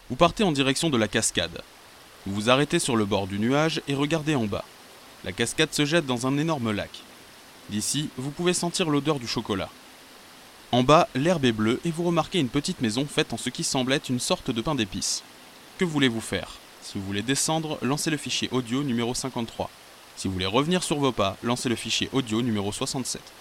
Vous partez en direction de la cascade. Vous vous arrêtez sur le bord du nuage et regardez en bas. La cascade se jette dans un énorme lac. D'ici, vous pouvez sentir l'odeur du chocolat. En bas, l'herbe est bleue et vous remarquez une petite maison faite en ce qui semble être une sorte de pain d'épices. Que voulez-vous faire? Si vous voulez descendre, lancez le fichier audio numéro 53. Si vous voulez revenir sur vos pas, lancez le fichier audio numéro 67.